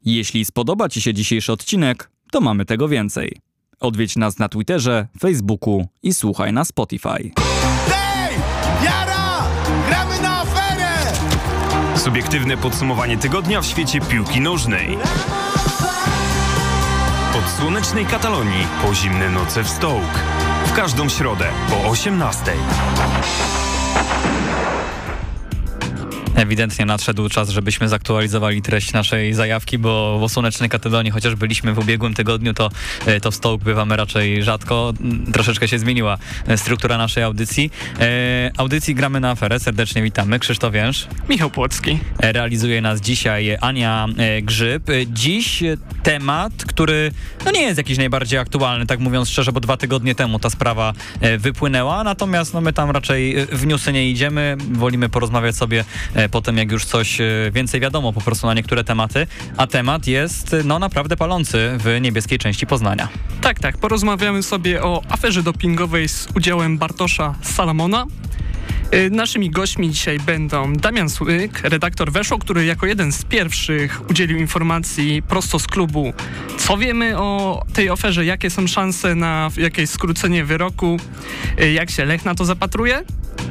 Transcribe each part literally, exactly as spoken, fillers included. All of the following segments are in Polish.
Jeśli spodoba Ci się dzisiejszy odcinek, to mamy tego więcej. Odwiedź nas na Twitterze, Facebooku i słuchaj na Spotify. Hej! Jara! Gramy na aferę! Subiektywne podsumowanie tygodnia w świecie piłki nożnej. Od słonecznej Katalonii po zimne noce w Stoke. W każdą środę po osiemnastej. Ewidentnie nadszedł czas, żebyśmy zaktualizowali treść naszej zajawki, bo w słonecznej Katalonii, chociaż byliśmy w ubiegłym tygodniu, to, to w Stoke bywamy raczej rzadko. Troszeczkę się zmieniła struktura naszej audycji. E, audycji Gramy na aferę. Serdecznie witamy. Krzysztof Jęż. Michał Płocki. Realizuje nas dzisiaj Ania Grzyb. Dziś temat, który no nie jest jakiś najbardziej aktualny, tak mówiąc szczerze, bo dwa tygodnie temu ta sprawa wypłynęła, natomiast no my tam raczej w newsy nie idziemy. Wolimy porozmawiać sobie potem, jak już coś więcej wiadomo po prostu na niektóre tematy, a temat jest no naprawdę palący w niebieskiej części Poznania. Tak, tak. Porozmawiamy sobie o aferze dopingowej z udziałem Bartosza Salamona. Naszymi gośćmi dzisiaj będą Damian Słyk, redaktor Weszło, który jako jeden z pierwszych udzielił informacji prosto z klubu, co wiemy o tej aferze, jakie są szanse na jakieś skrócenie wyroku, jak się Lech na to zapatruje.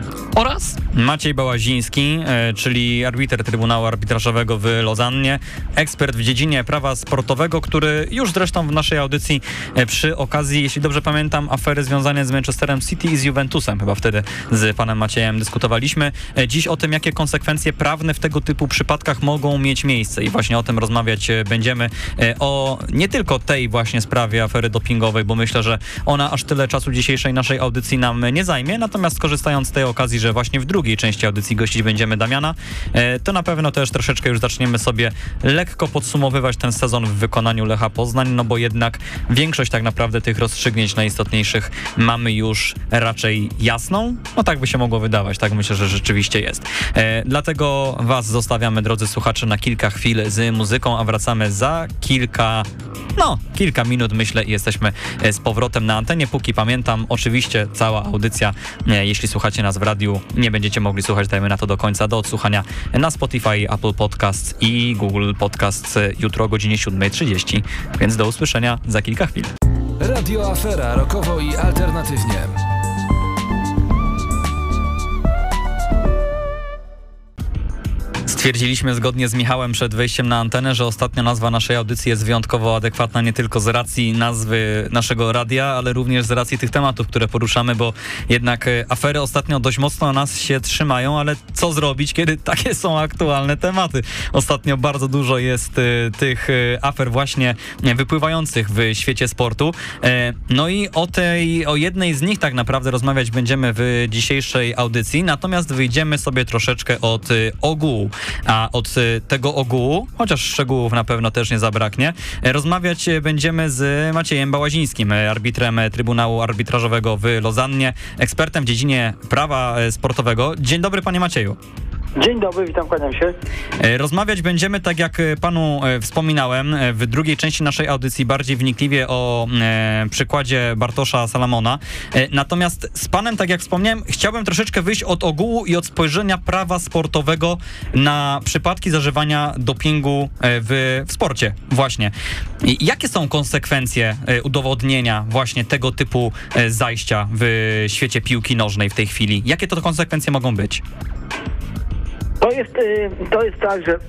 Oraz Maciej Bałaziński, e, czyli arbiter Trybunału Arbitrażowego w Lozannie, ekspert w dziedzinie prawa sportowego, który już zresztą w naszej audycji e, przy okazji, jeśli dobrze pamiętam, afery związane z Manchesterem City i z Juventusem, chyba wtedy z panem Maciejem dyskutowaliśmy. E, dziś o tym, jakie konsekwencje prawne w tego typu przypadkach mogą mieć miejsce i właśnie o tym rozmawiać e, będziemy. E, o nie tylko tej właśnie sprawie afery dopingowej, bo myślę, że ona aż tyle czasu dzisiejszej naszej audycji nam nie zajmie, natomiast korzystając z tej okazji, że właśnie w drugiej części audycji gościć będziemy Damiana, to na pewno też troszeczkę już zaczniemy sobie lekko podsumowywać ten sezon w wykonaniu Lecha Poznań, no bo jednak większość tak naprawdę tych rozstrzygnięć najistotniejszych mamy już raczej jasną. No tak by się mogło wydawać, tak myślę, że rzeczywiście jest. E, dlatego was zostawiamy, drodzy słuchacze, na kilka chwil z muzyką, a wracamy za kilka, no kilka minut myślę i jesteśmy z powrotem na antenie. Póki pamiętam, oczywiście cała audycja, e, jeśli słuchacie nas w radiu, nie będziecie mogli słuchać, dajmy na to do końca, do odsłuchania na Spotify, Apple Podcasts i Google Podcasts jutro o godzinie siódma trzydzieści, więc do usłyszenia za kilka chwil. Radio Afera, rokowo i alternatywnie. Stwierdziliśmy zgodnie z Michałem przed wejściem na antenę, że ostatnia nazwa naszej audycji jest wyjątkowo adekwatna nie tylko z racji nazwy naszego radia, ale również z racji tych tematów, które poruszamy, bo jednak afery ostatnio dość mocno nas się trzymają, ale co zrobić, kiedy takie są aktualne tematy? Ostatnio bardzo dużo jest y, tych y, afer właśnie wypływających w świecie sportu. E, no i o tej, o jednej z nich tak naprawdę rozmawiać będziemy w dzisiejszej audycji, natomiast wyjdziemy sobie troszeczkę od y, ogółu. A od tego ogółu, chociaż szczegółów na pewno też nie zabraknie, rozmawiać będziemy z Maciejem Bałazińskim, arbitrem Trybunału Arbitrażowego w Lozannie, ekspertem w dziedzinie prawa sportowego. Dzień dobry, panie Macieju. Dzień dobry, witam, kłaniam się. Rozmawiać będziemy, tak jak panu wspominałem, w drugiej części naszej audycji bardziej wnikliwie o e, przykładzie Bartosza Salamona. E, natomiast z panem, tak jak wspomniałem, chciałbym troszeczkę wyjść od ogółu i od spojrzenia prawa sportowego na przypadki zażywania dopingu w, w sporcie właśnie. I jakie są konsekwencje udowodnienia właśnie tego typu zajścia w świecie piłki nożnej w tej chwili? Jakie to konsekwencje mogą być? To jest, to jest tak, że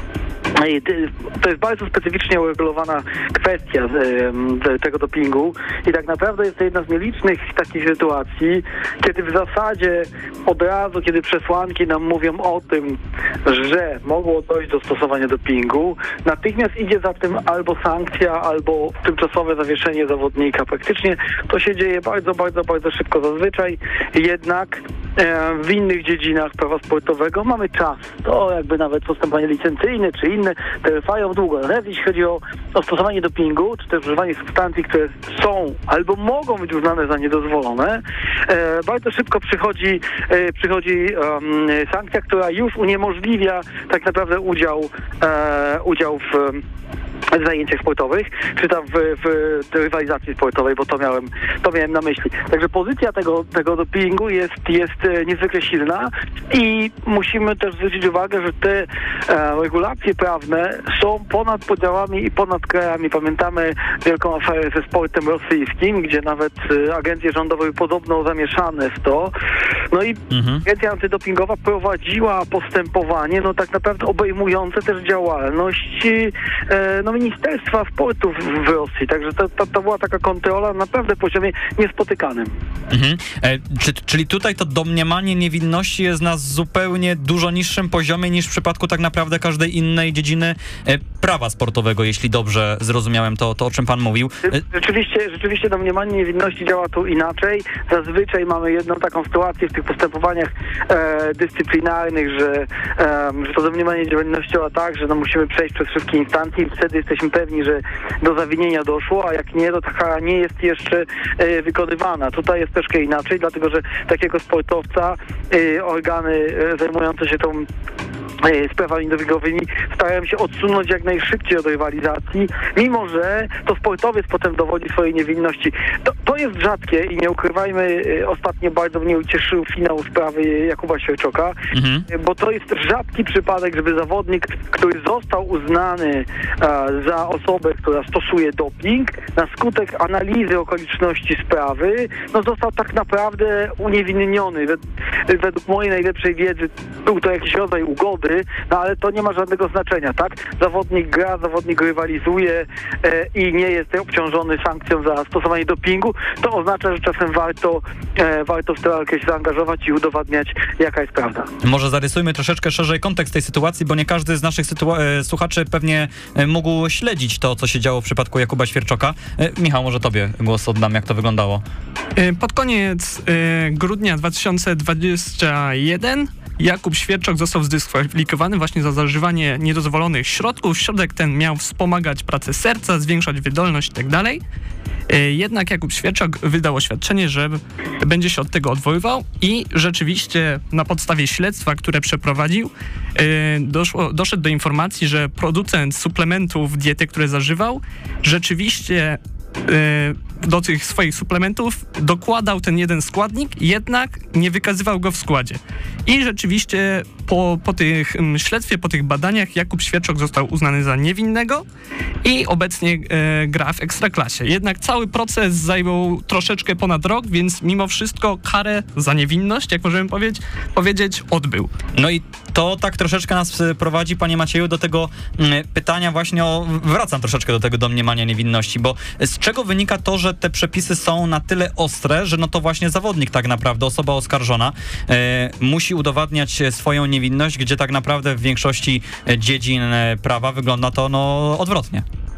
to jest bardzo specyficznie uregulowana kwestia tego dopingu i tak naprawdę jest to jedna z nielicznych takich sytuacji, kiedy w zasadzie od razu, kiedy przesłanki nam mówią o tym, że mogło dojść do stosowania dopingu, natychmiast idzie za tym albo sankcja, albo tymczasowe zawieszenie zawodnika. Praktycznie to się dzieje bardzo, bardzo, bardzo szybko zazwyczaj, jednak w innych dziedzinach prawa sportowego mamy czas. To jakby nawet postępowanie licencyjne czy inne trwają długo. Natomiast jeśli chodzi o, o stosowanie dopingu, czy też używanie substancji, które są albo mogą być uznane za niedozwolone, e, bardzo szybko przychodzi, e, przychodzi um, sankcja, która już uniemożliwia tak naprawdę udział, e, udział w zajęciach sportowych, czy tam w, w rywalizacji sportowej, bo to miałem, to miałem na myśli. Także pozycja tego, tego dopingu jest, jest niezwykle silna i musimy też zwrócić uwagę, że te e, regulacje prawne są ponad podziałami i ponad krajami. Pamiętamy wielką aferę ze sportem rosyjskim, gdzie nawet e, agencje rządowe były podobno zamieszane w to. No i mhm. agencja antydopingowa prowadziła postępowanie, no tak naprawdę obejmujące też działalność e, no Ministerstwa Sportu w, w Rosji. Także to, to, to była taka kontrola naprawdę na poziomie niespotykanym. Mhm. E, czy, czyli tutaj to domniemanie niewinności jest na zupełnie dużo niższym poziomie niż w przypadku tak naprawdę każdej innej dziedziny e, prawa sportowego, jeśli dobrze zrozumiałem to, to o czym pan mówił. E... Rzeczywiście, rzeczywiście domniemanie niewinności działa tu inaczej. Zazwyczaj mamy jedną taką sytuację w tych postępowaniach e, dyscyplinarnych, że, e, że to domniemanie niewinności działa tak, że no musimy przejść przez wszystkie instancje i wtedy jesteśmy pewni, że do zawinienia doszło, a jak nie, to ta kara nie jest jeszcze e, wykonywana. Tutaj jest troszkę inaczej, dlatego że takiego sportowca e, organy e, zajmujące się tą sprawami dopingowymi starają się odsunąć jak najszybciej od rywalizacji, mimo że to sportowiec potem dowodzi swojej niewinności. To, to jest rzadkie i nie ukrywajmy, ostatnio bardzo mnie ucieszył finał sprawy Jakuba Świerczoka, mhm. bo to jest rzadki przypadek, żeby zawodnik, który został uznany a, za osobę, która stosuje doping, na skutek analizy okoliczności sprawy, no został tak naprawdę uniewinniony. Według mojej najlepszej wiedzy był to jakiś rodzaj ugody, no ale to nie ma żadnego znaczenia, tak? Zawodnik gra, zawodnik rywalizuje e, i nie jest obciążony sankcją za stosowanie dopingu. To oznacza, że czasem warto, e, warto w tę walkę się zaangażować i udowadniać, jaka jest prawda. Może zarysujmy troszeczkę szerzej kontekst tej sytuacji, bo nie każdy z naszych sytua- e, słuchaczy pewnie e, mógł śledzić to, co się działo w przypadku Jakuba Świerczoka. E, Michał, może tobie głos oddam, jak to wyglądało. Pod koniec e, grudnia dwa tysiące dwudziestego pierwszego Jakub Świerczok został zdyskwalifikowany właśnie za zażywanie niedozwolonych środków. Środek ten miał wspomagać pracę serca, zwiększać wydolność itd. Jednak Jakub Świerczok wydał oświadczenie, że będzie się od tego odwoływał i rzeczywiście na podstawie śledztwa, które przeprowadził, doszło, doszedł do informacji, że producent suplementów diety, które zażywał, rzeczywiście do tych swoich suplementów dokładał ten jeden składnik, jednak nie wykazywał go w składzie. I rzeczywiście po, po tych śledztwie, po tych badaniach Jakub Świerczok został uznany za niewinnego i obecnie e, gra w Ekstraklasie. Jednak cały proces zajął troszeczkę ponad rok, więc mimo wszystko karę za niewinność, jak możemy powiedzieć, powiedzieć odbył. No i to tak troszeczkę nas prowadzi, panie Macieju, do tego mm, pytania właśnie o... Wracam troszeczkę do tego domniemania niewinności, bo z czego wynika to, że te przepisy są na tyle ostre, że no to właśnie zawodnik tak naprawdę, osoba oskarżona e, musi udowadniać swoją niewinność, gdzie tak naprawdę w większości dziedzin prawa wygląda to no odwrotnie.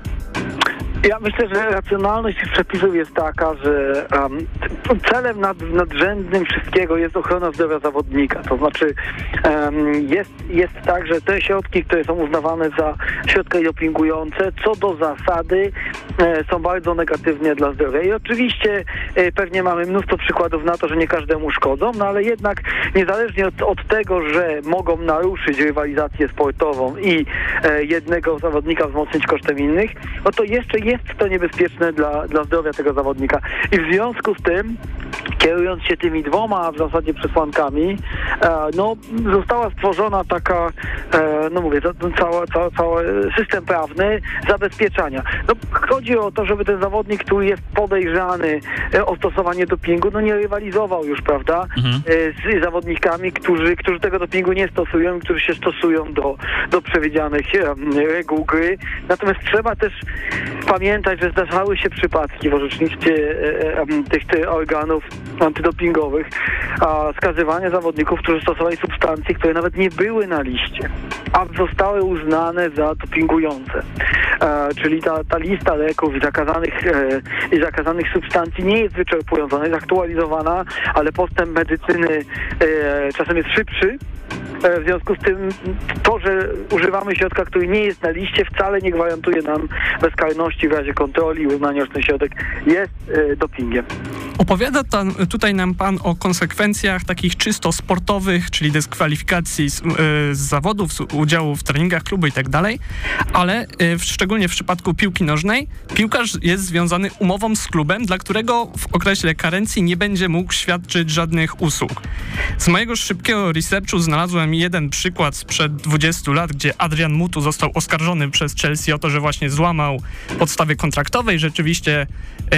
Ja myślę, że racjonalność tych przepisów jest taka, że um, celem nad, nadrzędnym wszystkiego jest ochrona zdrowia zawodnika. To znaczy um, jest, jest tak, że te środki, które są uznawane za środki dopingujące, co do zasady e, są bardzo negatywnie dla zdrowia. I oczywiście e, pewnie mamy mnóstwo przykładów na to, że nie każdemu szkodzą, no ale jednak niezależnie od, od tego, że mogą naruszyć rywalizację sportową i e, jednego zawodnika wzmocnić kosztem innych, no to jeszcze jest to niebezpieczne dla, dla zdrowia tego zawodnika. I w związku z tym, kierując się tymi dwoma w zasadzie przesłankami, e, no została stworzona taka, e, no mówię, to, to cały, cały, cały system prawny zabezpieczania. No, chodzi o to, żeby ten zawodnik, który jest podejrzany e, o stosowanie dopingu, no nie rywalizował już, prawda, mhm. e, z zawodnikami, którzy, którzy tego dopingu nie stosują, którzy się stosują do, do przewidzianych e, reguł gry. Natomiast trzeba też pamiętać, że zdarzały się przypadki w orzecznictwie e, e, tych, tych organów antydopingowych, a skazywania zawodników, którzy stosowali substancje, które nawet nie były na liście, a zostały uznane za dopingujące. E, czyli ta, ta lista leków i zakazanych, e, i zakazanych substancji nie jest wyczerpująca, ona jest aktualizowana, ale postęp medycyny e, czasem jest szybszy. W związku z tym to, że używamy środka, który nie jest na liście, wcale nie gwarantuje nam bezkarności w razie kontroli i uznania, że ten środek jest e, dopingiem. Opowiada tam, tutaj nam pan o konsekwencjach takich czysto sportowych, czyli dyskwalifikacji z, z zawodów, z udziału w treningach klubu i tak dalej, ale w, szczególnie w przypadku piłki nożnej piłkarz jest związany umową z klubem, dla którego w okresie karencji nie będzie mógł świadczyć żadnych usług. Z mojego szybkiego researchu znalazłem jeden przykład sprzed dwudziestu lat, gdzie Adrian Mutu został oskarżony przez Chelsea o to, że właśnie złamał podstawy kontraktowe i rzeczywiście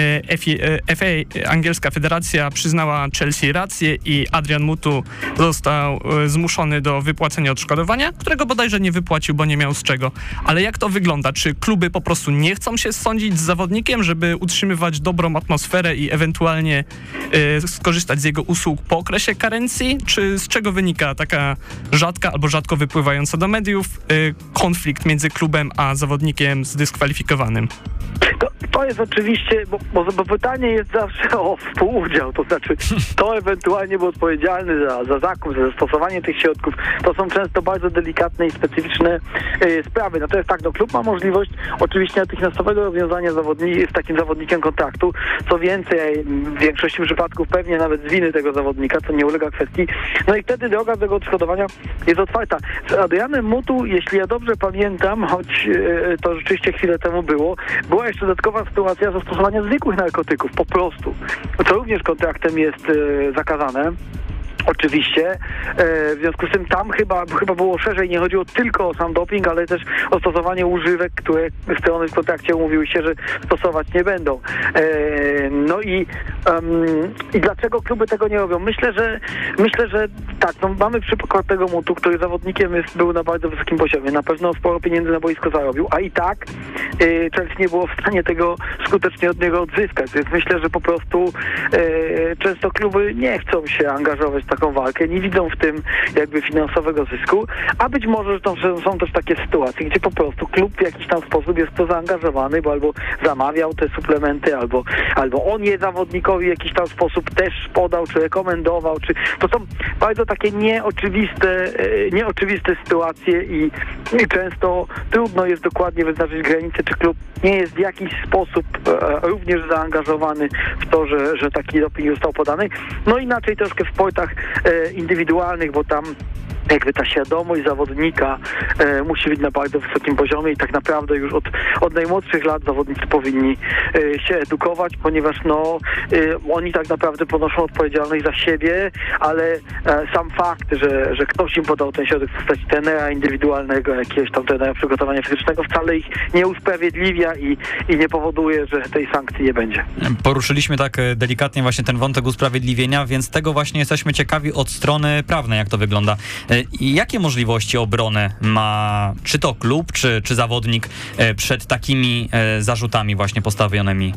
F A, angielska federacja, przyznała Chelsea rację i Adrian Mutu został zmuszony do wypłacenia odszkodowania, którego bodajże nie wypłacił, bo nie miał z czego. Ale jak to wygląda? Czy kluby po prostu nie chcą się sądzić z zawodnikiem, żeby utrzymywać dobrą atmosferę i ewentualnie y, skorzystać z jego usług po okresie karencji? Czy z czego wynika taka rzadka albo rzadko wypływająca do mediów y, konflikt między klubem a zawodnikiem zdyskwalifikowanym? To, to jest oczywiście, bo, bo, bo pytanie jest zawsze o współudział, to znaczy kto ewentualnie był odpowiedzialny za, za zakup, za zastosowanie tych środków. To są często bardzo delikatne i specyficzne y, sprawy. Natomiast tak, no klub ma możliwość oczywiście natychmiastowego rozwiązania zawodni- z takim zawodnikiem kontraktu. Co więcej, w większości przypadków pewnie nawet z winy tego zawodnika, co nie ulega kwestii. No i wtedy droga do tego odszkodowania jest otwarta. Z Adrianem Mutu, jeśli ja dobrze pamiętam, choć y, to rzeczywiście chwilę temu było, była jeszcze dodatkowa sytuacja zastosowania zwykłych narkotyków, po prostu. Co również kontraktem jest e, zakazane. Oczywiście. E, w związku z tym tam chyba, chyba było szerzej, nie chodziło tylko o sam doping, ale też o stosowanie używek, które strony w kontrakcie umówiły się, że stosować nie będą. E, no i, um, i dlaczego kluby tego nie robią? Myślę, że myślę, że tak, no mamy przykład tego Mutu, który zawodnikiem jest, był na bardzo wysokim poziomie. Na pewno sporo pieniędzy na boisko zarobił, a i tak e, Chelsea nie było w stanie tego skutecznie od niego odzyskać. Więc myślę, że po prostu e, często kluby nie chcą się angażować w taką walkę, nie widzą w tym jakby finansowego zysku, a być może to są też takie sytuacje, gdzie po prostu klub w jakiś tam sposób jest to zaangażowany, bo albo zamawiał te suplementy, albo, albo on je zawodnikowi w jakiś tam sposób też podał, czy rekomendował, czy to są bardzo takie nieoczywiste, nieoczywiste sytuacje i, i często trudno jest dokładnie wyznaczyć granice, czy klub nie jest w jakiś sposób e, również zaangażowany w to, że, że taki doping został podany. No inaczej troszkę w sportach e, indywidualnych, bo tam jakby ta świadomość zawodnika e, musi być na bardzo wysokim poziomie i tak naprawdę już od, od najmłodszych lat zawodnicy powinni e, się edukować, ponieważ no e, oni tak naprawdę ponoszą odpowiedzialność za siebie, ale e, sam fakt, że, że ktoś im podał ten środek w postaci trenera indywidualnego, jakiegoś tam trenera przygotowania fizycznego, wcale ich nie usprawiedliwia i, i nie powoduje, że tej sankcji nie będzie. Poruszyliśmy tak delikatnie właśnie ten wątek usprawiedliwienia, więc tego właśnie jesteśmy ciekawi od strony prawnej, jak to wygląda. I jakie możliwości obrony ma czy to klub, czy, czy zawodnik przed takimi zarzutami właśnie postawionymi?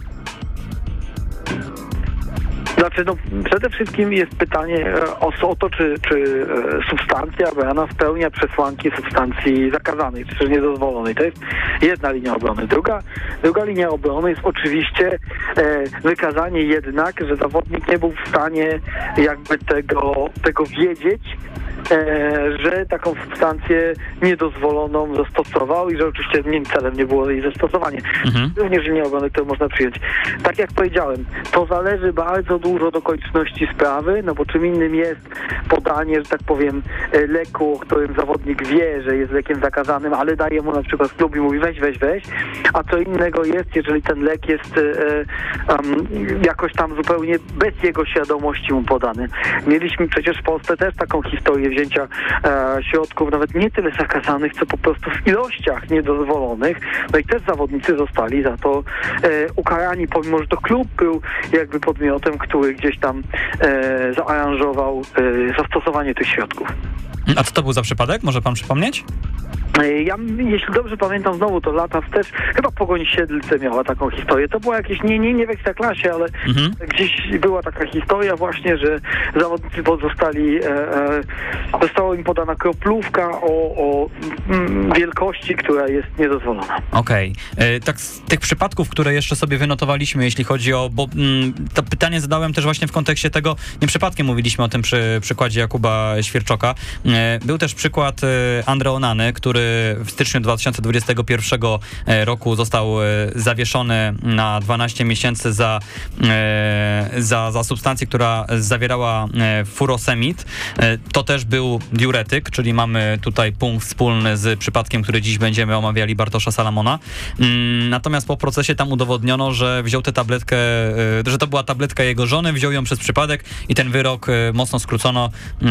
Znaczy, no, przede wszystkim jest pytanie o, o to, czy, czy substancja brana spełnia przesłanki substancji zakazanej, czy też niedozwolonej. To jest jedna linia obrony. Druga, druga linia obrony jest oczywiście e, wykazanie jednak, że zawodnik nie był w stanie jakby tego, tego wiedzieć, E, że taką substancję niedozwoloną zastosował i że oczywiście nie, celem nie było jej zastosowanie. Mhm. Również linia obrony, którą można przyjąć. Tak jak powiedziałem, to zależy bardzo dużo od okoliczności sprawy, no bo czym innym jest podanie, że tak powiem, leku, o którym zawodnik wie, że jest lekiem zakazanym, ale daje mu na przykład klub i mówi weź, weź, weź, a co innego jest, jeżeli ten lek jest e, um, jakoś tam zupełnie bez jego świadomości mu podany. Mieliśmy przecież w Polsce też taką historię wzięcia e, środków, nawet nie tyle zakazanych, co po prostu w ilościach niedozwolonych. No i też zawodnicy zostali za to e, ukarani, pomimo że to klub był jakby podmiotem, który gdzieś tam e, zaaranżował e, zastosowanie tych środków. A co to był za przypadek? Może pan przypomnieć? Ja, jeśli dobrze pamiętam, znowu to lata wstecz, chyba Pogoń Siedlce miała taką historię. To była jakieś, nie, nie, nie w Ekstraklasie, ale mhm. gdzieś była taka historia właśnie, że zawodnicy pozostali, e, e, została im podana kroplówka o, o mm, wielkości, która jest niedozwolona. Okej. Okay. Tak z tych przypadków, które jeszcze sobie wynotowaliśmy, jeśli chodzi o, bo mm, to pytanie zadałem też właśnie w kontekście tego, nie przypadkiem mówiliśmy o tym przy przykładzie Jakuba Świerczoka. E, był też przykład e, Andre Onany, który w styczniu dwa tysiące dwudziestego pierwszego roku został zawieszony na dwanaście miesięcy za, za, za substancję, która zawierała furosemid. To też był diuretyk, czyli mamy tutaj punkt wspólny z przypadkiem, który dziś będziemy omawiali, Bartosza Salamona. Natomiast po procesie tam udowodniono, że wziął tę tabletkę, że to była tabletka jego żony, wziął ją przez przypadek i ten wyrok mocno skrócono,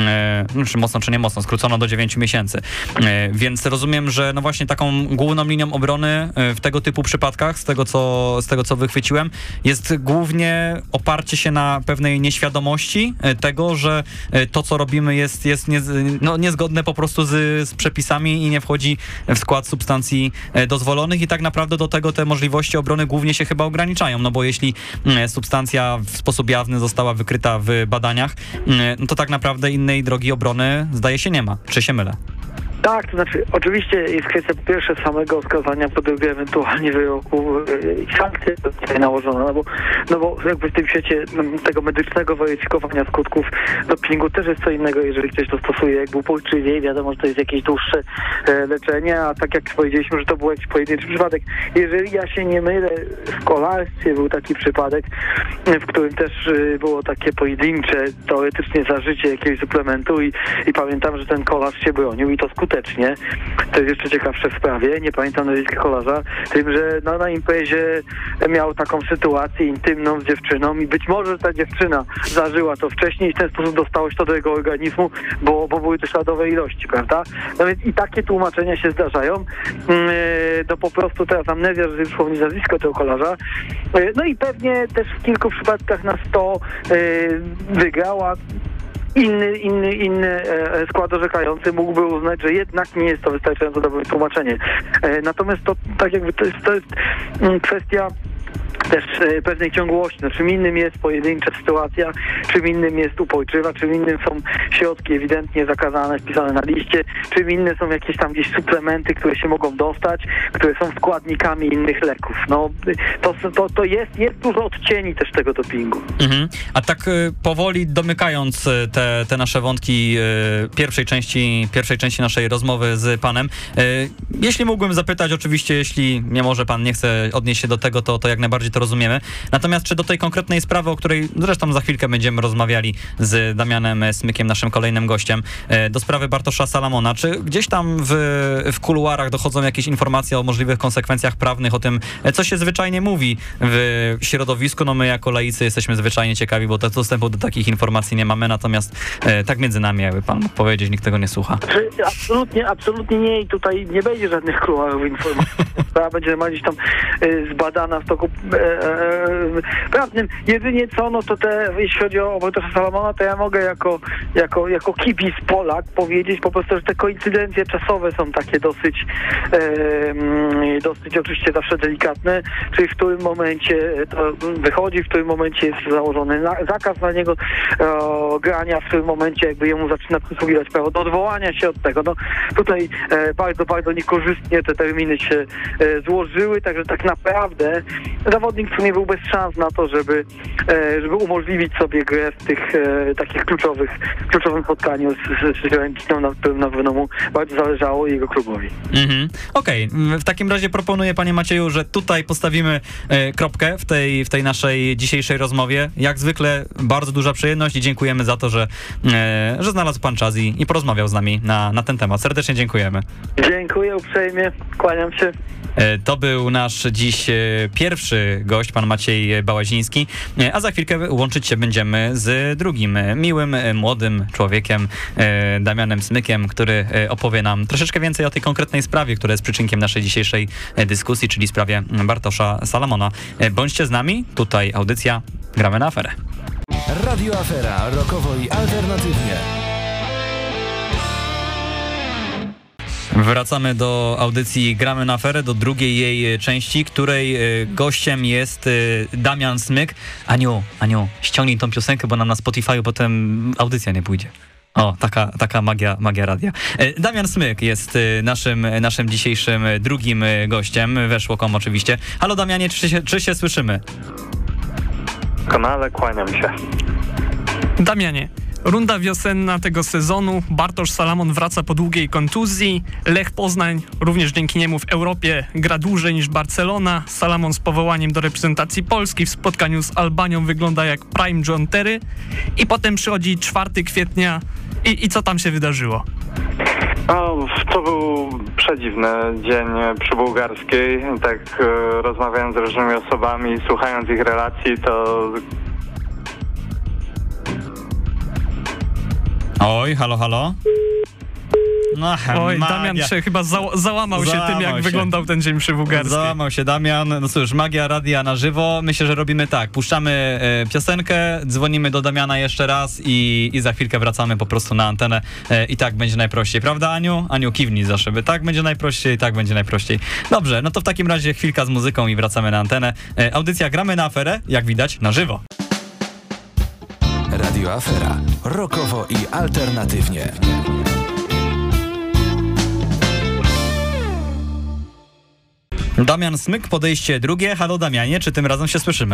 czy mocno czy nie mocno, skrócono do dziewięciu miesięcy. Więc rozumiem, że no właśnie taką główną linią obrony w tego typu przypadkach, z tego co, z tego co wychwyciłem, jest głównie oparcie się na pewnej nieświadomości tego, że to co robimy jest, jest nie, no, niezgodne po prostu z, z przepisami i nie wchodzi w skład substancji dozwolonych i tak naprawdę do tego te możliwości obrony głównie się chyba ograniczają, no bo jeśli substancja w sposób jawny została wykryta w badaniach, no to tak naprawdę innej drogi obrony zdaje się nie ma. Czy się mylę? Tak, to znaczy oczywiście jest kwestia po pierwsze samego skazania, po drugie ewentualnie wyroku i sankcji tutaj nałożone, no bo, no bo jakby w tym świecie tego medycznego weryfikowania skutków dopingu też jest co innego, jeżeli ktoś to stosuje jakby uporczywie i wiadomo, że to jest jakieś dłuższe e, leczenie, a tak jak powiedzieliśmy, że to był jakiś pojedynczy przypadek. Jeżeli ja się nie mylę, w kolarstwie był taki przypadek, w którym też e, było takie pojedyncze teoretycznie zażycie jakiegoś suplementu i, i pamiętam, że ten kolarz się bronił i to skutecznie. To jest jeszcze ciekawsze w sprawie, nie pamiętam nazwiska kolarza, tym, że no, na imprezie miał taką sytuację intymną z dziewczyną i być może ta dziewczyna zażyła to wcześniej i w ten sposób dostało się to do jego organizmu, bo, bo były to śladowe ilości, prawda? No więc i takie tłumaczenia się zdarzają. Yy, to po prostu teraz amnezja, że przypomni nazwisko tego kolarza. Yy, no i pewnie też w kilku przypadkach na sto yy, wygrała. Inny, inny, inny e, skład orzekający mógłby uznać, że jednak nie jest to wystarczająco dobre tłumaczenie. E, natomiast to tak jakby to jest, to jest mm, kwestia też e, pewnej ciągłości. No, czym innym jest pojedyncza sytuacja, czym innym jest uporczywa, czym innym są środki ewidentnie zakazane, wpisane na liście, czym inne są jakieś tam gdzieś suplementy, które się mogą dostać, które są składnikami innych leków. No, to, to, to jest, jest dużo odcieni też tego dopingu. Mhm. A tak y, powoli domykając te, te nasze wątki y, pierwszej części, pierwszej części naszej rozmowy z panem, y, jeśli mógłbym zapytać, oczywiście, jeśli nie może pan, nie chce odnieść się do tego, to, to jak najbardziej to rozumiemy. Natomiast czy do tej konkretnej sprawy, o której zresztą za chwilkę będziemy rozmawiali z Damianem Smykiem, naszym kolejnym gościem, do sprawy Bartosza Salamona, czy gdzieś tam w, w kuluarach dochodzą jakieś informacje o możliwych konsekwencjach prawnych, o tym, co się zwyczajnie mówi w środowisku? No my jako laicy jesteśmy zwyczajnie ciekawi, bo dostępu do takich informacji nie mamy, natomiast e, tak między nami, jakby pan mógł powiedzieć, nikt tego nie słucha. Absolutnie, absolutnie nie i tutaj nie będzie żadnych kuluarów informacji. Sprawa będzie gdzieś tam e, zbadana w toku e, e, prawnym. Jedynie co, no to te, jeśli chodzi o Bartosza Salamona, to ja mogę jako, jako, jako kibic Polak powiedzieć po prostu, że te koincydencje czasowe są takie dosyć e, dosyć oczywiście zawsze delikatne, czyli w którym momencie to wychodzi, w którym momencie jest założony na, zakaz na niego e, grania, w którym momencie jakby jemu zaczyna przysługiwać prawo do odwołania się od tego. No tutaj e, bardzo, bardzo niekorzystnie te terminy się e, złożyły, także tak naprawdę zawodnik w sumie był bez szans na to, żeby, e, żeby umożliwić sobie grę w tych e, takich kluczowych, kluczowym spotkaniu z, z Fiorentiną, na którym na pewno mu bardzo zależało i jego klubowi. Mhm. Okej, okay. W takim razie proponuję, panie Macieju, że tutaj postawimy e, kropkę w tej, w tej naszej dzisiejszej rozmowie. Jak zwykle bardzo duża przyjemność i dziękujemy za to, że, e, że znalazł pan czas i, i porozmawiał z nami na, na ten temat. Serdecznie dziękujemy. Dziękuję uprzejmie, kłaniam się. E, to był nasz dziś e, pierwszy gość, pan Maciej Bałaziński, e, a za chwilkę łączyć się będziemy z drugim e, miłym, e, młodym człowiekiem, e, Damianem Smykiem, który e, opowie nam troszeczkę więcej o tej konkretnej sprawie, która jest przyczynkiem naszej dzisiejszej e, dyskusji, czyli sprawie Bartosza Salamona. E, bądźcie z nami, tutaj audycja Gramy na Aferę. Radio Afera, rockowo i alternatywnie. Wracamy do audycji Gramy na Aferę, do drugiej jej części, której gościem jest Damian Smyk. Aniu, Aniu, ściągnij tą piosenkę, bo nam na Spotify'u potem audycja nie pójdzie. O, taka, taka magia, magia radia. Damian Smyk jest naszym, naszym dzisiejszym drugim gościem, weszło kom oczywiście. Halo Damianie, czy się, czy się słyszymy? W kanale kłaniam się. Damianie, Runda wiosenna tego sezonu. Bartosz Salamon wraca po długiej kontuzji. Lech Poznań również dzięki niemu w Europie gra dłużej niż Barcelona. Salamon z powołaniem do reprezentacji Polski w spotkaniu z Albanią wygląda jak prime John Terry. I potem przychodzi czwartego kwietnia. I, i co tam się wydarzyło? No, to był przedziwny dzień przy Bułgarskiej. Tak e, rozmawiając z różnymi osobami, słuchając ich relacji, to... Oj, halo, halo. No, Oj, magia. Damian się chyba za, załamał się Załamał tym, jak się. wyglądał ten dzień przy Bułgarskiej. Załamał się Damian. No cóż, magia radia na żywo. Myślę, że robimy tak. Puszczamy e, piosenkę, dzwonimy do Damiana jeszcze raz i, i za chwilkę wracamy po prostu na antenę e, i tak będzie najprościej. Prawda, Aniu? Aniu, kiwnij za szyby. Tak będzie najprościej, tak będzie najprościej. Dobrze, no to w takim razie chwilka z muzyką i wracamy na antenę. E, audycja Gramy na aferę, jak widać, na żywo. Radio Afera. Rockowo i alternatywnie. Damian Smyk, podejście drugie. Halo Damianie, czy tym razem się słyszymy?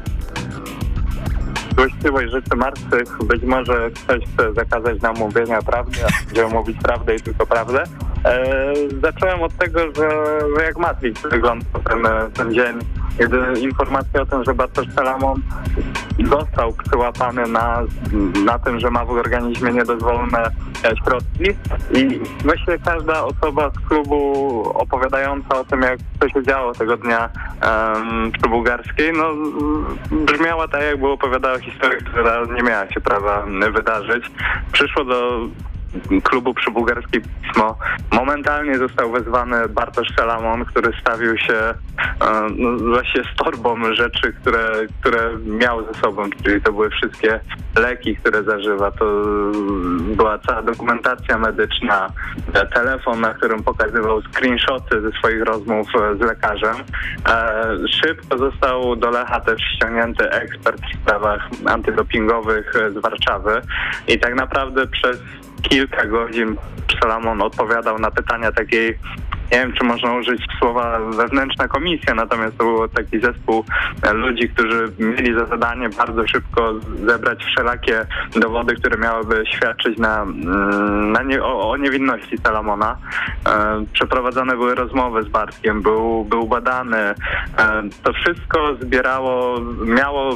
Właściwość rzeczy martwych, być może ktoś chce zakazać nam mówienia prawdy, a będziemy mówić prawdę i tylko prawdę. E, zacząłem od tego, że, że jak Matrix wyglądał ten, ten dzień, kiedy informacja o tym, że Bartosz Salamon został przyłapany na, na tym, że ma w organizmie niedozwolone środki i myślę, każda osoba z klubu opowiadająca o tym, jak to się działo tego dnia um, przy Bułgarskiej, no brzmiała tak, jakby opowiadała historię, która nie miała się prawa wydarzyć. Przyszło do klubu przy Bułgarskiej pismo. Momentalnie został wezwany Bartosz Salamon, który stawił się e, no, właśnie z torbą rzeczy, które, które miał ze sobą, czyli to były wszystkie leki, które zażywa. To była cała dokumentacja medyczna, telefon, na którym pokazywał screenshoty ze swoich rozmów z lekarzem. E, szybko został do Lecha też ściągnięty ekspert w sprawach antydopingowych z Warszawy i tak naprawdę przez kilka godzin Salamon odpowiadał na pytania takiej, nie wiem, czy można użyć słowa wewnętrzna komisja, natomiast to był taki zespół ludzi, którzy mieli za zadanie bardzo szybko zebrać wszelakie dowody, które miałyby świadczyć na, na nie, o, o niewinności Salamona. E, przeprowadzone były rozmowy z Bartkiem, był, był badany. E, to wszystko zbierało, miało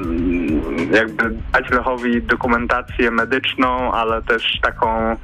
jakby dać Lechowi dokumentację medyczną, ale też taką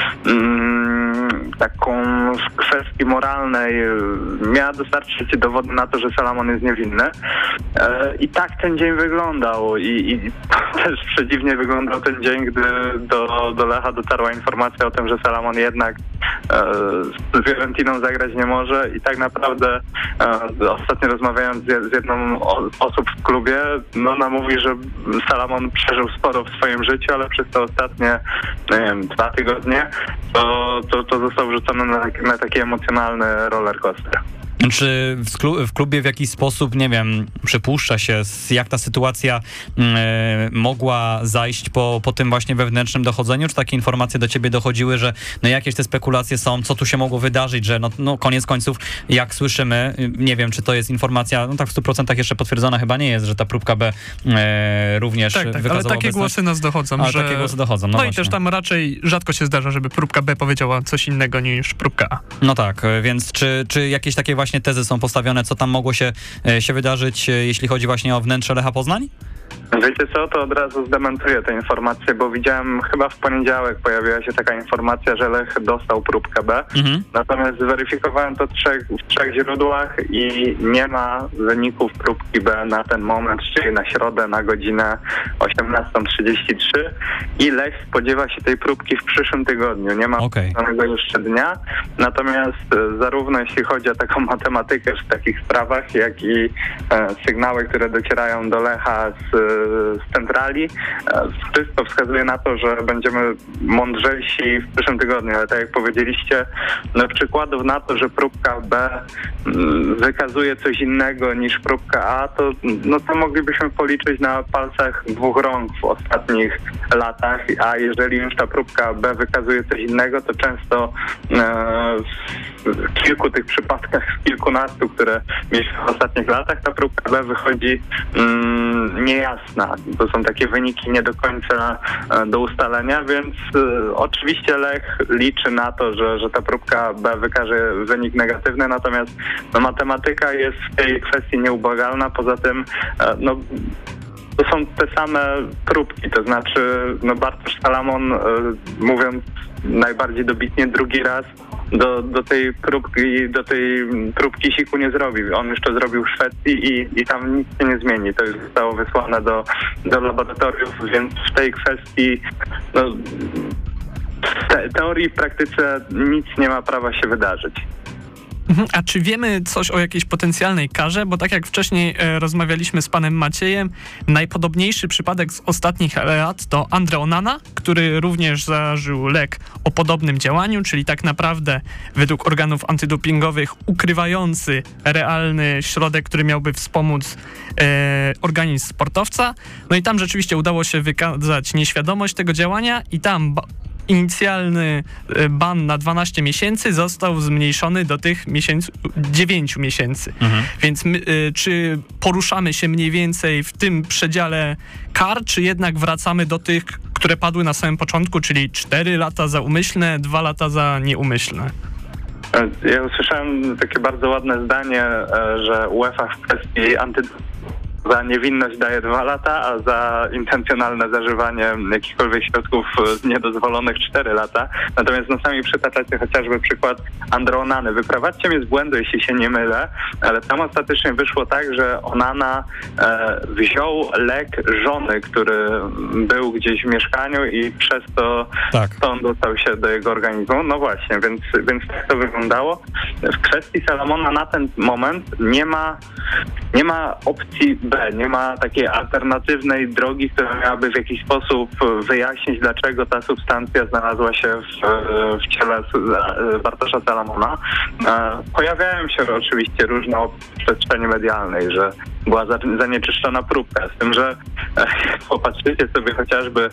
mm, taką z kwestii moralnej miała dostarczyć dowody na to, że Salamon jest niewinny. E, I tak ten dzień wyglądał i, i też przedziwnie wyglądał ten dzień, gdy do, do Lecha dotarła informacja o tym, że Salamon jednak e, z Fiorentiną zagrać nie może i tak naprawdę e, ostatnio rozmawiając z, z jedną z osób w klubie, no ona mówi, że Salamon przeżył sporo w swoim życiu, ale przez te ostatnie, nie wiem, dwa tygodnie to, to, to został wrzucony na, na taki emocjonalny rollercoaster. Czy w, klu- w klubie w jakiś sposób, nie wiem, przypuszcza się, jak ta sytuacja yy, mogła zajść po, po tym właśnie wewnętrznym dochodzeniu? Czy takie informacje do ciebie dochodziły, że no jakieś te spekulacje są, co tu się mogło wydarzyć, że no, no koniec końców, jak słyszymy, nie wiem, czy to jest informacja, no tak w stu procentach jeszcze potwierdzona chyba nie jest, że ta próbka B yy, również tak, tak, wykazała ale takie obecność. głosy nas dochodzą. Ale że... takie głosy dochodzą, no, no właśnie. i też tam raczej rzadko się zdarza, żeby próbka B powiedziała coś innego niż próbka A. No tak, więc czy, czy jakieś takie właśnie tezy są postawione, co tam mogło się, się wydarzyć, jeśli chodzi właśnie o wnętrze Lecha Poznań? Wiecie co, to od razu zdementuję tę informację, bo widziałem chyba w poniedziałek pojawiła się taka informacja, że Lech dostał próbkę B, mhm. natomiast zweryfikowałem to w trzech, w trzech źródłach i nie ma wyników próbki B na ten moment, czyli na środę na godzinę osiemnastą trzydzieści trzy i Lech spodziewa się tej próbki w przyszłym tygodniu. Nie ma okay. danego jeszcze dnia, natomiast zarówno jeśli chodzi o taką matematykę w takich sprawach, jak i e, sygnały, które docierają do Lecha z z centrali. Wszystko wskazuje na to, że będziemy mądrzejsi w przyszłym tygodniu, ale tak jak powiedzieliście, no przykładów na to, że próbka B wykazuje coś innego niż próbka A, to, no to moglibyśmy policzyć na palcach dwóch rąk w ostatnich latach, a jeżeli już ta próbka B wykazuje coś innego, to często e, w kilku tych przypadkach z kilkunastu, które mieliśmy w ostatnich latach, ta próbka B wychodzi mm, niejasna. niejasna. To są takie wyniki nie do końca do ustalenia, więc oczywiście Lech liczy na to, że, że ta próbka B wykaże wynik negatywny, natomiast no, matematyka jest w tej kwestii nieubłagalna. Poza tym no, to są te same próbki, to znaczy no, Bartosz Salamon, mówiąc najbardziej dobitnie, drugi raz do, do tej próbki do tej próbki siku nie zrobił. On już to zrobił w Szwecji i, i tam nic się nie zmieni. To już zostało wysłane do, do laboratoriów, więc w tej kwestii no, w te, teorii i w praktyce nic nie ma prawa się wydarzyć. A czy wiemy coś o jakiejś potencjalnej karze? Bo tak jak wcześniej e, rozmawialiśmy z panem Maciejem, najpodobniejszy przypadek z ostatnich lat to Andre Onana, który również zażył lek o podobnym działaniu, czyli tak naprawdę według organów antydopingowych ukrywający realny środek, który miałby wspomóc e, organizm sportowca. No i tam rzeczywiście udało się wykazać nieświadomość tego działania i tam ba- inicjalny ban na dwanaście miesięcy został zmniejszony do tych miesięcy, dziewięć miesięcy. Mhm. Więc my, y, czy poruszamy się mniej więcej w tym przedziale kar, czy jednak wracamy do tych, które padły na samym początku, czyli cztery lata za umyślne, dwa lata za nieumyślne? Ja usłyszałem takie bardzo ładne zdanie, że UEFA w kwestii antydopingu za niewinność daje dwa lata, a za intencjonalne zażywanie jakichkolwiek środków niedozwolonych cztery lata. Natomiast no sami przytaczacie chociażby przykład Andre Onany. Wyprowadźcie mnie z błędu, jeśli się nie mylę, ale tam ostatecznie wyszło tak, że Onana e, wziął lek żony, który był gdzieś w mieszkaniu i przez to tak. on dostał się do jego organizmu. No właśnie, więc, więc tak to wyglądało. W kwestii Salamona na ten moment nie ma, nie ma opcji B, nie ma takiej alternatywnej drogi, która miałaby w jakiś sposób wyjaśnić, dlaczego ta substancja znalazła się w, w ciele Bartosza Salamona. Pojawiają się oczywiście różne opcje w przestrzeni medialnej, że była zanieczyszczona próbka, z tym, że popatrzycie sobie chociażby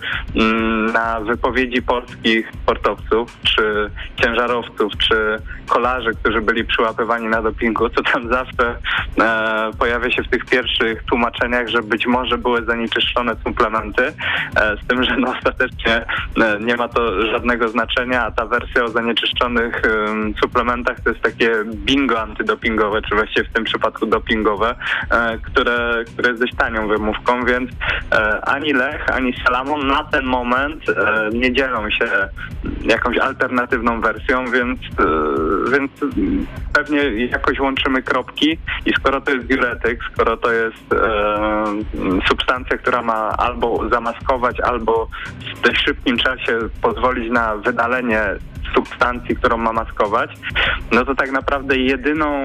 na wypowiedzi polskich sportowców, czy ciężarowców, czy kolarzy, którzy byli przyłapywani na dopingu, to tam zawsze e, pojawia się w tych pierwszych tłumaczeniach, że być może były zanieczyszczone suplementy, e, z tym, że no, ostatecznie e, nie ma to żadnego znaczenia, a ta wersja o zanieczyszczonych e, suplementach to jest takie bingo antydopingowe, czy właściwie w tym przypadku dopingowe, e, które, które jest dość tanią wymówką, więc e, ani Lech, ani Salamon na ten moment e, nie dzielą się jakąś alternatywną wersją, więc, e, więc pewnie jakoś łączymy kropki i skoro to jest diuretyk, skoro to jest e, substancja, która ma albo zamaskować, albo w dość szybkim czasie pozwolić na wydalenie substancji, którą ma maskować, no to tak naprawdę jedyną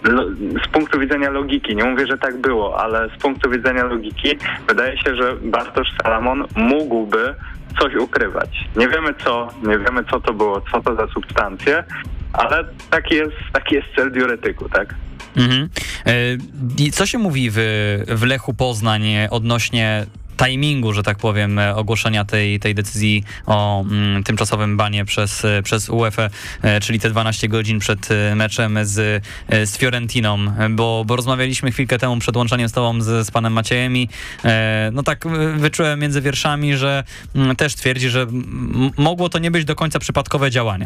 z punktu widzenia logiki, nie mówię, że tak było, ale z punktu widzenia logiki wydaje się, że Bartosz Salamon mógłby coś ukrywać. Nie wiemy co, nie wiemy co to było, co to za substancje, ale taki jest, taki jest cel diuretyku, tak? Mhm. E, co się mówi w, w Lechu Poznań odnośnie timingu, że tak powiem, ogłoszenia tej, tej decyzji o mm, tymczasowym banie przez, przez UEFA, e, czyli te dwanaście godzin przed meczem z, z Fiorentiną, bo, bo rozmawialiśmy chwilkę temu przed łączeniem z tobą z, z panem Maciejem i e, no tak wyczułem między wierszami, że m, też twierdzi, że m, mogło to nie być do końca przypadkowe działanie.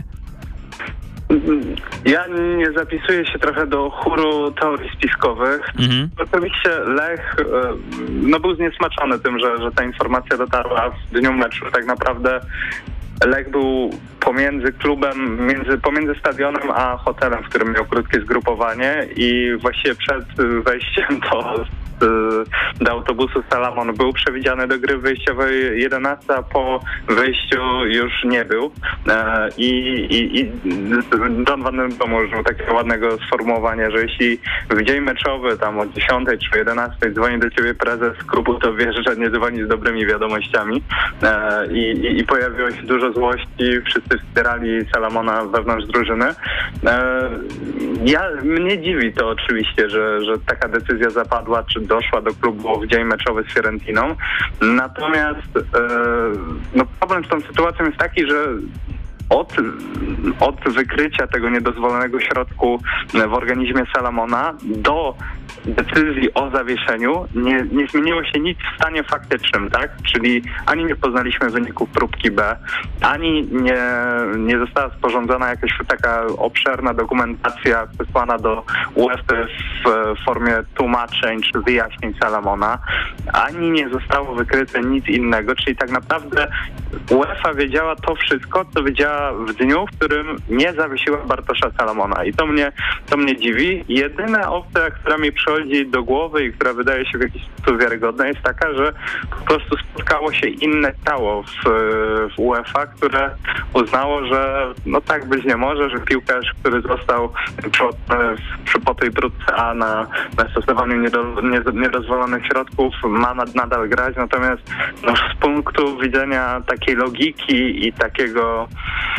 Ja nie zapisuję się trochę do chóru teorii spiskowych. Mhm. Oczywiście Lech no, był zniesmaczony tym, że, że ta informacja dotarła w dniu meczu. Tak naprawdę Lech był pomiędzy klubem, między, pomiędzy stadionem a hotelem, w którym miał krótkie zgrupowanie i właściwie przed wejściem do do autobusu Salamon był przewidziany do gry wyjściowej jedenastej, a po wyjściu już nie był. I, i, i John Van Den Boom użył takiego ładnego sformułowania, że jeśli w dzień meczowy tam o dziesiątej czy jedenastej dzwoni do ciebie prezes klubu, to wiesz, że nie dzwoni z dobrymi wiadomościami. I, i, i pojawiło się dużo złości, wszyscy wspierali Salamona wewnątrz drużyny. Ja, mnie dziwi to oczywiście, że, że taka decyzja zapadła, czy doszła do klubu w dzień meczowy z Fiorentiną. Natomiast e, no problem z tą sytuacją jest taki, że od, od wykrycia tego niedozwolonego środku w organizmie Salamona do decyzji o zawieszeniu nie, nie zmieniło się nic w stanie faktycznym, tak? Czyli ani nie poznaliśmy wyników próbki B, ani nie, nie została sporządzona jakaś taka obszerna dokumentacja wysłana do UEFA w formie tłumaczeń czy wyjaśnień Salamona, ani nie zostało wykryte nic innego, czyli tak naprawdę UEFA wiedziała to wszystko, co wiedziała w dniu, w którym nie zawiesiła Bartosza Salamona. I to mnie, to mnie dziwi. Jedyna opcja, która mi przychodzi do głowy i która wydaje się w jakiś sposób wiarygodna, jest taka, że po prostu spotkało się inne ciało w, w UEFA, które uznało, że no tak być nie może, że piłkarz, który został po, przy, po tej próbce A na, na stosowaniu niedozwolonych środków ma nad, nadal grać, natomiast no, z punktu widzenia takiej logiki i takiego,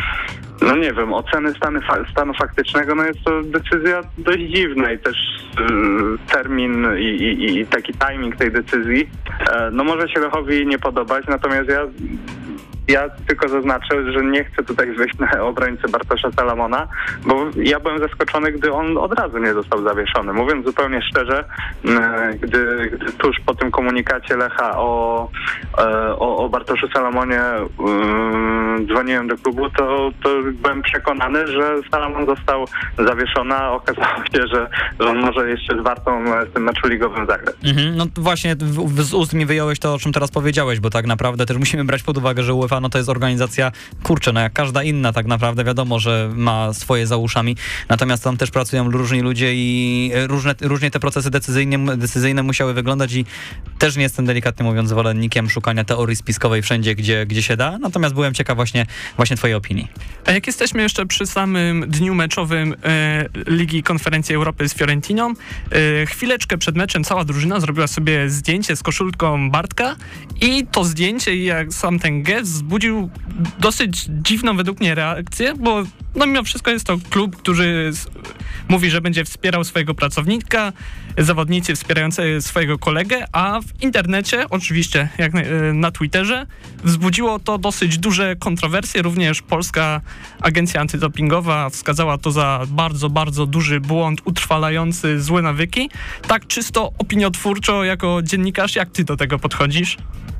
no nie wiem, oceny stanu, stanu faktycznego, no jest to decyzja dość dziwna i też y, termin i, i, i taki timing tej decyzji, e, no może się Lechowi nie podobać, natomiast ja Ja tylko zaznaczę, że nie chcę tutaj wyjść na obrońcę Bartosza Salamona, bo ja byłem zaskoczony, gdy on od razu nie został zawieszony. Mówiąc zupełnie szczerze, gdy, gdy tuż po tym komunikacie Lecha o, o, o Bartoszu Salamonie um, dzwoniłem do klubu, to, to byłem przekonany, że Salamon został zawieszony, a okazało się, że, że on może jeszcze z Wartą z tym meczu ligowym zagrać. Mhm, no właśnie w, z ust mi wyjąłeś to, o czym teraz powiedziałeś, bo tak naprawdę też musimy brać pod uwagę, że UEFA no to jest organizacja, kurczę, no jak każda inna tak naprawdę, wiadomo, że ma swoje za uszami, natomiast tam też pracują różni ludzie i różne, różnie te procesy decyzyjne, decyzyjne musiały wyglądać i też nie jestem, delikatnie mówiąc, zwolennikiem szukania teorii spiskowej wszędzie, gdzie, gdzie się da, natomiast byłem ciekaw właśnie, właśnie twojej opinii. A jak jesteśmy jeszcze przy samym dniu meczowym e, Ligi Konferencji Europy z Fiorentiną, e, chwileczkę przed meczem cała drużyna zrobiła sobie zdjęcie z koszulką Bartka i to zdjęcie, jak sam ten gest wzbudził dosyć dziwną według mnie reakcję, bo no mimo wszystko jest to klub, który mówi, że będzie wspierał swojego pracownika, zawodnicy wspierający swojego kolegę, a w internecie, oczywiście jak na, na Twitterze, wzbudziło to dosyć duże kontrowersje. Również Polska Agencja Antydopingowa wskazała to za bardzo, bardzo duży błąd utrwalający złe nawyki. Tak czysto opiniotwórczo, jako dziennikarz, jak ty do tego podchodzisz?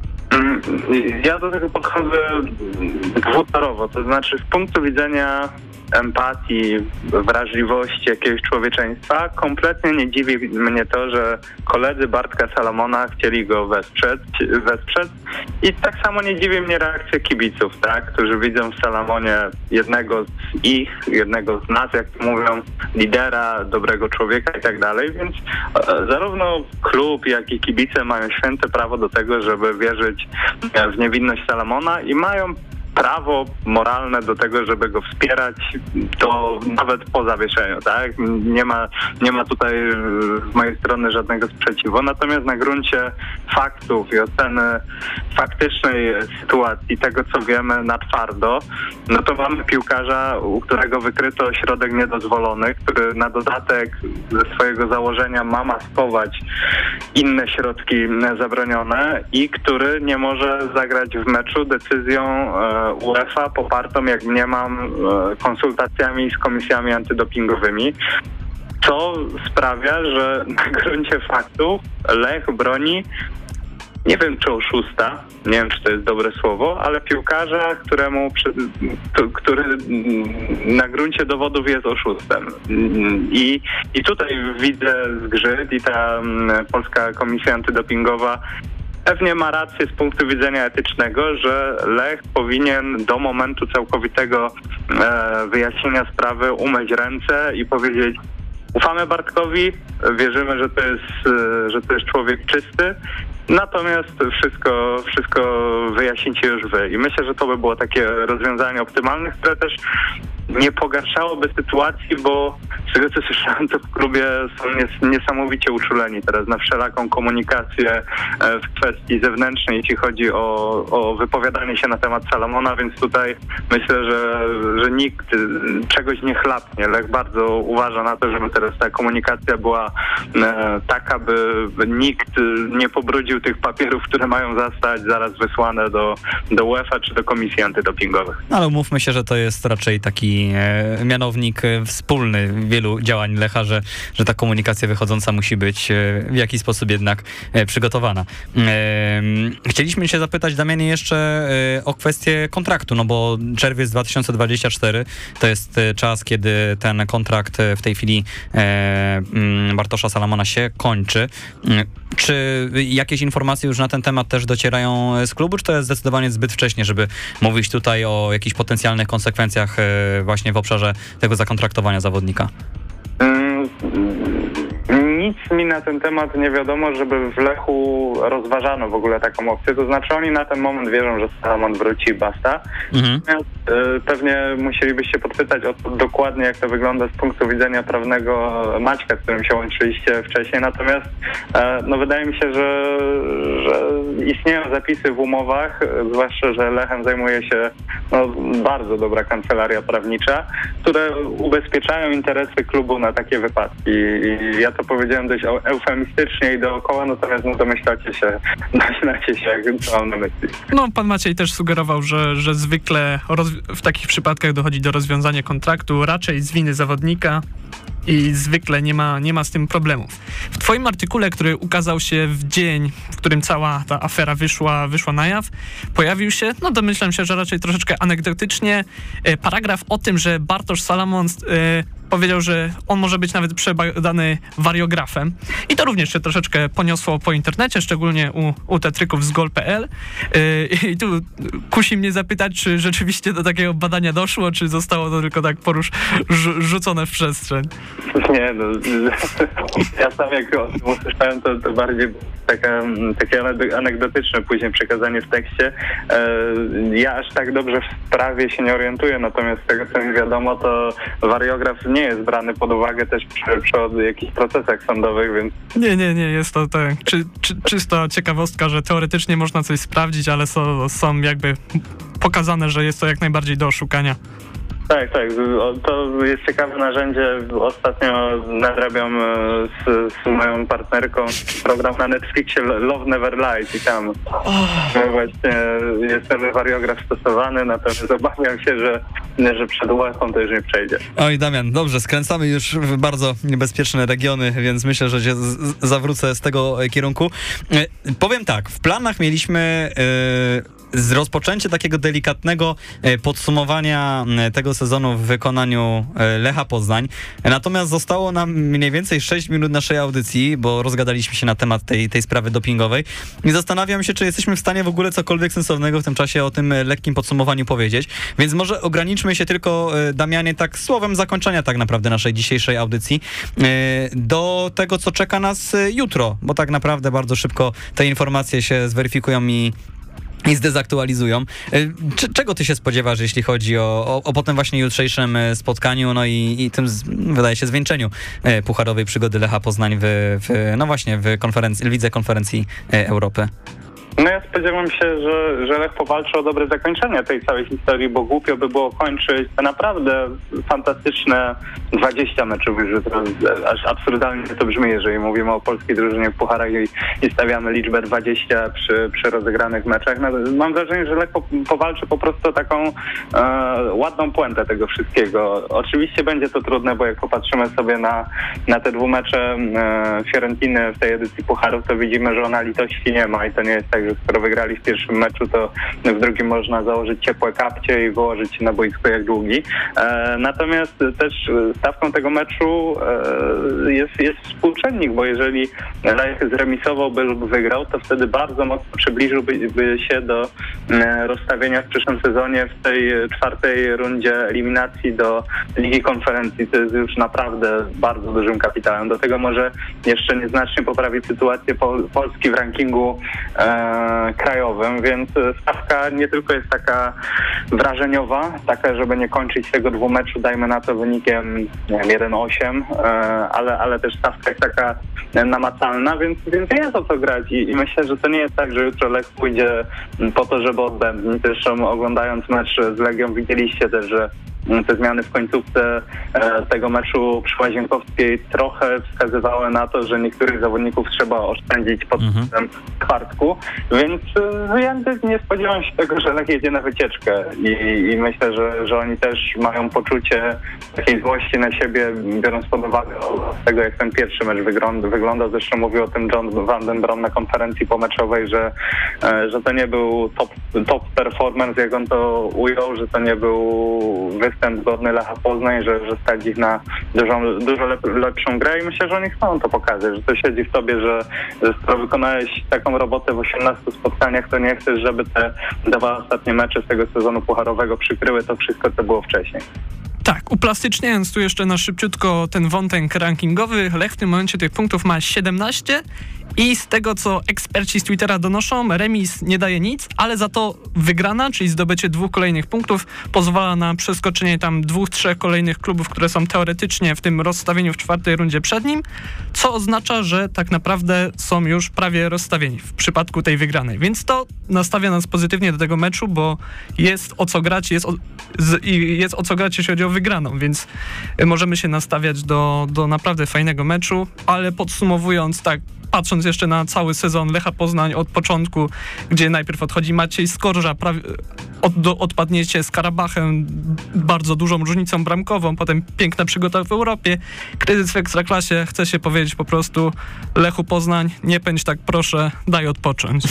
Ja do tego podchodzę dwutorowo, to znaczy z punktu widzenia empatii, wrażliwości jakiegoś człowieczeństwa, kompletnie nie dziwi mnie to, że koledzy Bartka Salamona chcieli go wesprzeć, wesprzeć i tak samo nie dziwi mnie reakcja kibiców, tak, którzy widzą w Salamonie jednego z ich, jednego z nas, jak to mówią, lidera, dobrego człowieka i tak dalej, więc e, zarówno klub, jak i kibice mają święte prawo do tego, żeby wierzyć w niewinność Salamona i mają prawo moralne do tego, żeby go wspierać, to nawet po zawieszeniu, tak? Nie ma, nie ma tutaj z mojej strony żadnego sprzeciwu. Natomiast na gruncie faktów i oceny faktycznej sytuacji, tego co wiemy na twardo, no to mamy piłkarza, u którego wykryto środek niedozwolony, który na dodatek ze swojego założenia ma maskować inne środki zabronione i który nie może zagrać w meczu decyzją UEFA popartą, jak mniemam, konsultacjami z komisjami antydopingowymi, co sprawia, że na gruncie faktów Lech broni, nie wiem czy oszusta, nie wiem czy to jest dobre słowo, ale piłkarza, któremu, który na gruncie dowodów jest oszustem. I, i tutaj widzę zgrzyt i ta Polska Komisja Antydopingowa pewnie ma rację z punktu widzenia etycznego, że Lech powinien do momentu całkowitego e, wyjaśnienia sprawy umyć ręce i powiedzieć: ufamy Bartkowi, wierzymy, że to jest, e, że to jest człowiek czysty, natomiast wszystko, wszystko wyjaśnicie już wy. I myślę, że to by było takie rozwiązanie optymalne, które też nie pogarszałoby sytuacji, bo z tego co słyszałem, to w klubie są nies- niesamowicie uczuleni teraz na wszelaką komunikację e, w kwestii zewnętrznej, jeśli chodzi o, o wypowiadanie się na temat Salamona, więc tutaj myślę, że, że nikt czegoś nie chlapnie. Lech bardzo uważa na to, żeby teraz ta komunikacja była e, taka, by nikt nie pobrudził tych papierów, które mają zostać zaraz wysłane do, do UEFA czy do komisji antydopingowych. Ale umówmy się, że to jest raczej taki e, mianownik e, wspólny wielu działań Lecha, że, że ta komunikacja wychodząca musi być e, w jakiś sposób jednak e, przygotowana. E, chcieliśmy się zapytać, Damianie, jeszcze e, o kwestię kontraktu, no bo czerwiec dwa tysiące dwudziesty czwarty to jest e, czas, kiedy ten kontrakt e, w tej chwili e, m, Bartosza Salamona się kończy. E, czy jakieś informacje już na ten temat też docierają z klubu, czy to jest zdecydowanie zbyt wcześnie, żeby mówić tutaj o jakichś potencjalnych konsekwencjach właśnie w obszarze tego zakontraktowania zawodnika? Mm, nic mi na ten temat nie wiadomo, żeby w Lechu rozważano w ogóle taką opcję. To znaczy oni na ten moment wierzą, że Salamon wróci i basta. Mhm. Pewnie musielibyście podpytać o to dokładnie, jak to wygląda z punktu widzenia prawnego Maćka, z którym się łączyliście wcześniej. Natomiast no, wydaje mi się, że, że istnieją zapisy w umowach, zwłaszcza, że Lechem zajmuje się no, bardzo dobra kancelaria prawnicza, które ubezpieczają interesy klubu na takie wypadki. I ja to powiedziałem dość eufemistycznie i dookoła, natomiast no, domyślacie się, domyślacie się, jak co mam na myśli. No, pan Maciej też sugerował, że, że zwykle rozwi- w takich przypadkach dochodzi do rozwiązania kontraktu raczej z winy zawodnika i zwykle nie ma, nie ma z tym problemów. W twoim artykule, który ukazał się w dzień, w którym cała ta afera wyszła, wyszła na jaw, pojawił się, no domyślam się, że raczej troszeczkę anegdotycznie, e, paragraf o tym, że Bartosz Salamon e, powiedział, że on może być nawet przebadany wariografem. I to również się troszeczkę poniosło po internecie, szczególnie u, u tetryków z gol kropka p l. Yy, I tu kusi mnie zapytać, czy rzeczywiście do takiego badania doszło, czy zostało to tylko tak porusz rzu- rzucone w przestrzeń. Nie, no, ja sam jak o tym usłyszałem, to, to bardziej taka, takie anegdotyczne później przekazanie w tekście. Ja aż tak dobrze w sprawie się nie orientuję, natomiast z tego co mi wiadomo, to wariograf nie jest brany pod uwagę też przy, przy jakichś procesach sądowych, więc... Nie, nie, nie, jest to tak, czy, czy, czysto ciekawostka, że teoretycznie można coś sprawdzić, ale są, są jakby pokazane, że jest to jak najbardziej do oszukania. Tak, tak. To jest ciekawe narzędzie. Ostatnio nadrabiam z, z moją partnerką program na Netflixie Love Never Lies i tam oh. właśnie jest ten wariograf stosowany, natomiast obawiam się, że, że przed UEFA to już nie przejdzie. Oj, Damian, dobrze, skręcamy już w bardzo niebezpieczne regiony, więc myślę, że się z- zawrócę z tego kierunku. E, powiem tak, w planach mieliśmy... E, z rozpoczęcie takiego delikatnego podsumowania tego sezonu w wykonaniu Lecha Poznań. Natomiast zostało nam mniej więcej sześć minut naszej audycji, bo rozgadaliśmy się na temat tej, tej sprawy dopingowej i zastanawiam się, czy jesteśmy w stanie w ogóle cokolwiek sensownego w tym czasie o tym lekkim podsumowaniu powiedzieć. Więc może ograniczmy się tylko, Damianie, tak słowem zakończenia tak naprawdę naszej dzisiejszej audycji do tego, co czeka nas jutro, bo tak naprawdę bardzo szybko te informacje się zweryfikują i i zdezaktualizują. Cze- czego ty się spodziewasz, jeśli chodzi o, o, o potem właśnie jutrzejszym spotkaniu, no i, i tym, z, wydaje się, zwieńczeniu pucharowej przygody Lecha Poznań w, w no właśnie, w konferencji, w Lidze Konferencji Europy? No ja spodziewam się, że, że Lech powalczy o dobre zakończenie tej całej historii, bo głupio by było kończyć te naprawdę fantastyczne dwadzieścia meczów już, aż absurdalnie to brzmi, jeżeli mówimy o polskiej drużynie w pucharach i, i stawiamy liczbę dwadzieścia przy, przy rozegranych meczach. No, mam wrażenie, że Lech po, powalczy po prostu taką e, ładną puentę tego wszystkiego. Oczywiście będzie to trudne, bo jak popatrzymy sobie na, na te dwumecze e, Fiorentiny w tej edycji pucharów, to widzimy, że ona litości nie ma i to nie jest tak, że skoro wygrali w pierwszym meczu, to w drugim można założyć ciepłe kapcie i wyłożyć się na boisku jak długi. E, natomiast też stawką tego meczu e, jest, jest współczynnik, bo jeżeli Lech zremisowałby lub wygrał, to wtedy bardzo mocno przybliżyłby by się do e, rozstawienia w przyszłym sezonie w tej czwartej rundzie eliminacji do Ligi Konferencji. To jest już naprawdę bardzo dużym kapitałem. Do tego może jeszcze nieznacznie poprawić sytuację Pol- Polski w rankingu e, e, krajowym, więc stawka nie tylko jest taka wrażeniowa, taka, żeby nie kończyć tego dwumeczu, dajmy na to wynikiem nie wiem, jeden osiem, e, ale, ale też stawka jest taka namacalna, więc, więc jest o co grać I, i myślę, że to nie jest tak, że jutro Lech pójdzie po to, żeby odbędnić. Zresztą oglądając mecz z Legią widzieliście też, że te zmiany w końcówce e, tego meczu przy Łazienkowskiej trochę wskazywały na to, że niektórych zawodników trzeba oszczędzić pod Mhm. tym czwartku, więc e, ja nie spodziewam się tego, że Lech jedzie na wycieczkę i, i myślę, że, że oni też mają poczucie takiej złości na siebie, biorąc pod uwagę tego, jak ten pierwszy mecz wygląda. wygląda. Zresztą mówił o tym John Van den Brom na konferencji pomeczowej, że, e, że to nie był top, top performance, jak on to ujął, że to nie był występ godny Lecha Poznań, że, że stać ich na dużą, dużo lep, lepszą grę i myślę, że oni chcą to pokazać, że to siedzi w tobie, że, że skoro wykonałeś taką robotę w osiemnastu spotkaniach, to nie chcesz, żeby te dwa ostatnie mecze z tego sezonu pucharowego przykryły to wszystko, co było wcześniej. Tak, uplastyczniając tu jeszcze na szybciutko ten wątek rankingowy, Lech w tym momencie tych punktów ma siedemnaście i z tego, co eksperci z Twittera donoszą, remis nie daje nic, ale za to wygrana, czyli zdobycie dwóch kolejnych punktów, pozwala na przeskoczenie tam dwóch, trzech kolejnych klubów, które są teoretycznie w tym rozstawieniu w czwartej rundzie przed nim, co oznacza, że tak naprawdę są już prawie rozstawieni w przypadku tej wygranej. Więc to nastawia nas pozytywnie do tego meczu, bo jest o co grać, jest o, z, i jest o co grać, jeśli chodzi o wygraną, więc możemy się nastawiać do, do naprawdę fajnego meczu, ale podsumowując tak, patrząc jeszcze na cały sezon Lecha Poznań od początku, gdzie najpierw odchodzi Maciej Skorża, prawie, od, do, odpadniecie z Karabachem, bardzo dużą różnicą bramkową, potem piękna przygoda w Europie, kryzys w Ekstraklasie, chce się powiedzieć po prostu Lechu Poznań, nie pędź tak proszę, daj odpocząć.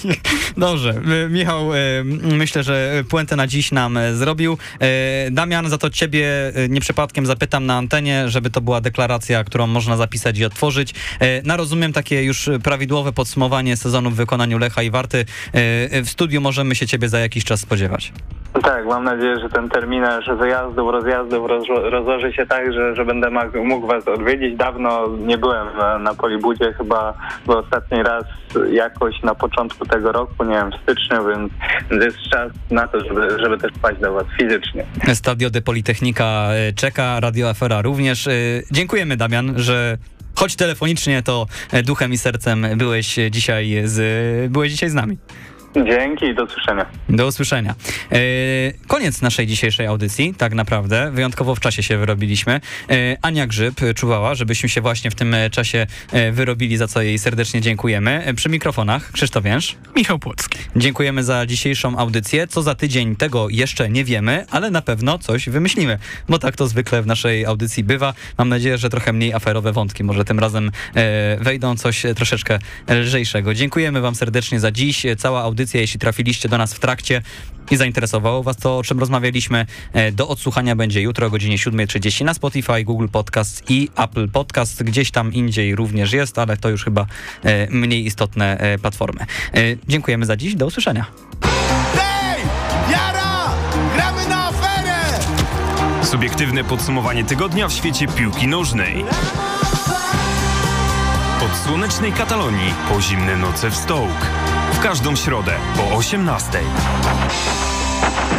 Dobrze, Michał, myślę, że puentę na dziś nam zrobił. Damian, za to ciebie nie przypadkiem zapytam na antenie, żeby to była deklaracja, którą można zapisać i otworzyć. Na rozumiem takie już prawidłowe podsumowanie sezonu w wykonaniu Lecha i Warty. W studiu możemy się ciebie za jakiś czas spodziewać. Tak, mam nadzieję, że ten terminarz wyjazdów, rozjazdów roz, rozłoży się tak, że, że będę mógł was odwiedzić. Dawno nie byłem na, na Polibudzie, chyba był ostatni raz jakoś na początku tego roku, nie wiem, w styczniu, więc jest czas na to, żeby, żeby też wpaść do was fizycznie. Stadio de Politechnika czeka, Radio Afera również. Dziękujemy, Damian, że choć telefonicznie, to duchem i sercem byłeś dzisiaj z, byłeś dzisiaj z nami. Dzięki i do usłyszenia. Do usłyszenia. E, koniec naszej dzisiejszej audycji, tak naprawdę. Wyjątkowo w czasie się wyrobiliśmy. E, Ania Grzyb czuwała, żebyśmy się właśnie w tym czasie wyrobili, za co jej serdecznie dziękujemy. E, przy mikrofonach Krzysztof Jęż. Michał Płocki. Dziękujemy za dzisiejszą audycję. Co za tydzień, tego jeszcze nie wiemy, ale na pewno coś wymyślimy, bo tak to zwykle w naszej audycji bywa. Mam nadzieję, że trochę mniej aferowe wątki może tym razem e, wejdą, coś troszeczkę lżejszego. Dziękujemy wam serdecznie za dziś. Cała audycja, jeśli trafiliście do nas w trakcie i zainteresowało was to, o czym rozmawialiśmy, do odsłuchania będzie jutro o godzinie siódma trzydzieści na Spotify, Google Podcast i Apple Podcast. Gdzieś tam indziej również jest, ale to już chyba mniej istotne platformy. Dziękujemy za dziś, do usłyszenia. Hej! Jara! Gramy na aferę! Subiektywne podsumowanie tygodnia w świecie piłki nożnej. Od słonecznej Katalonii po zimne noce w Stoke. W każdą środę po osiemnastej.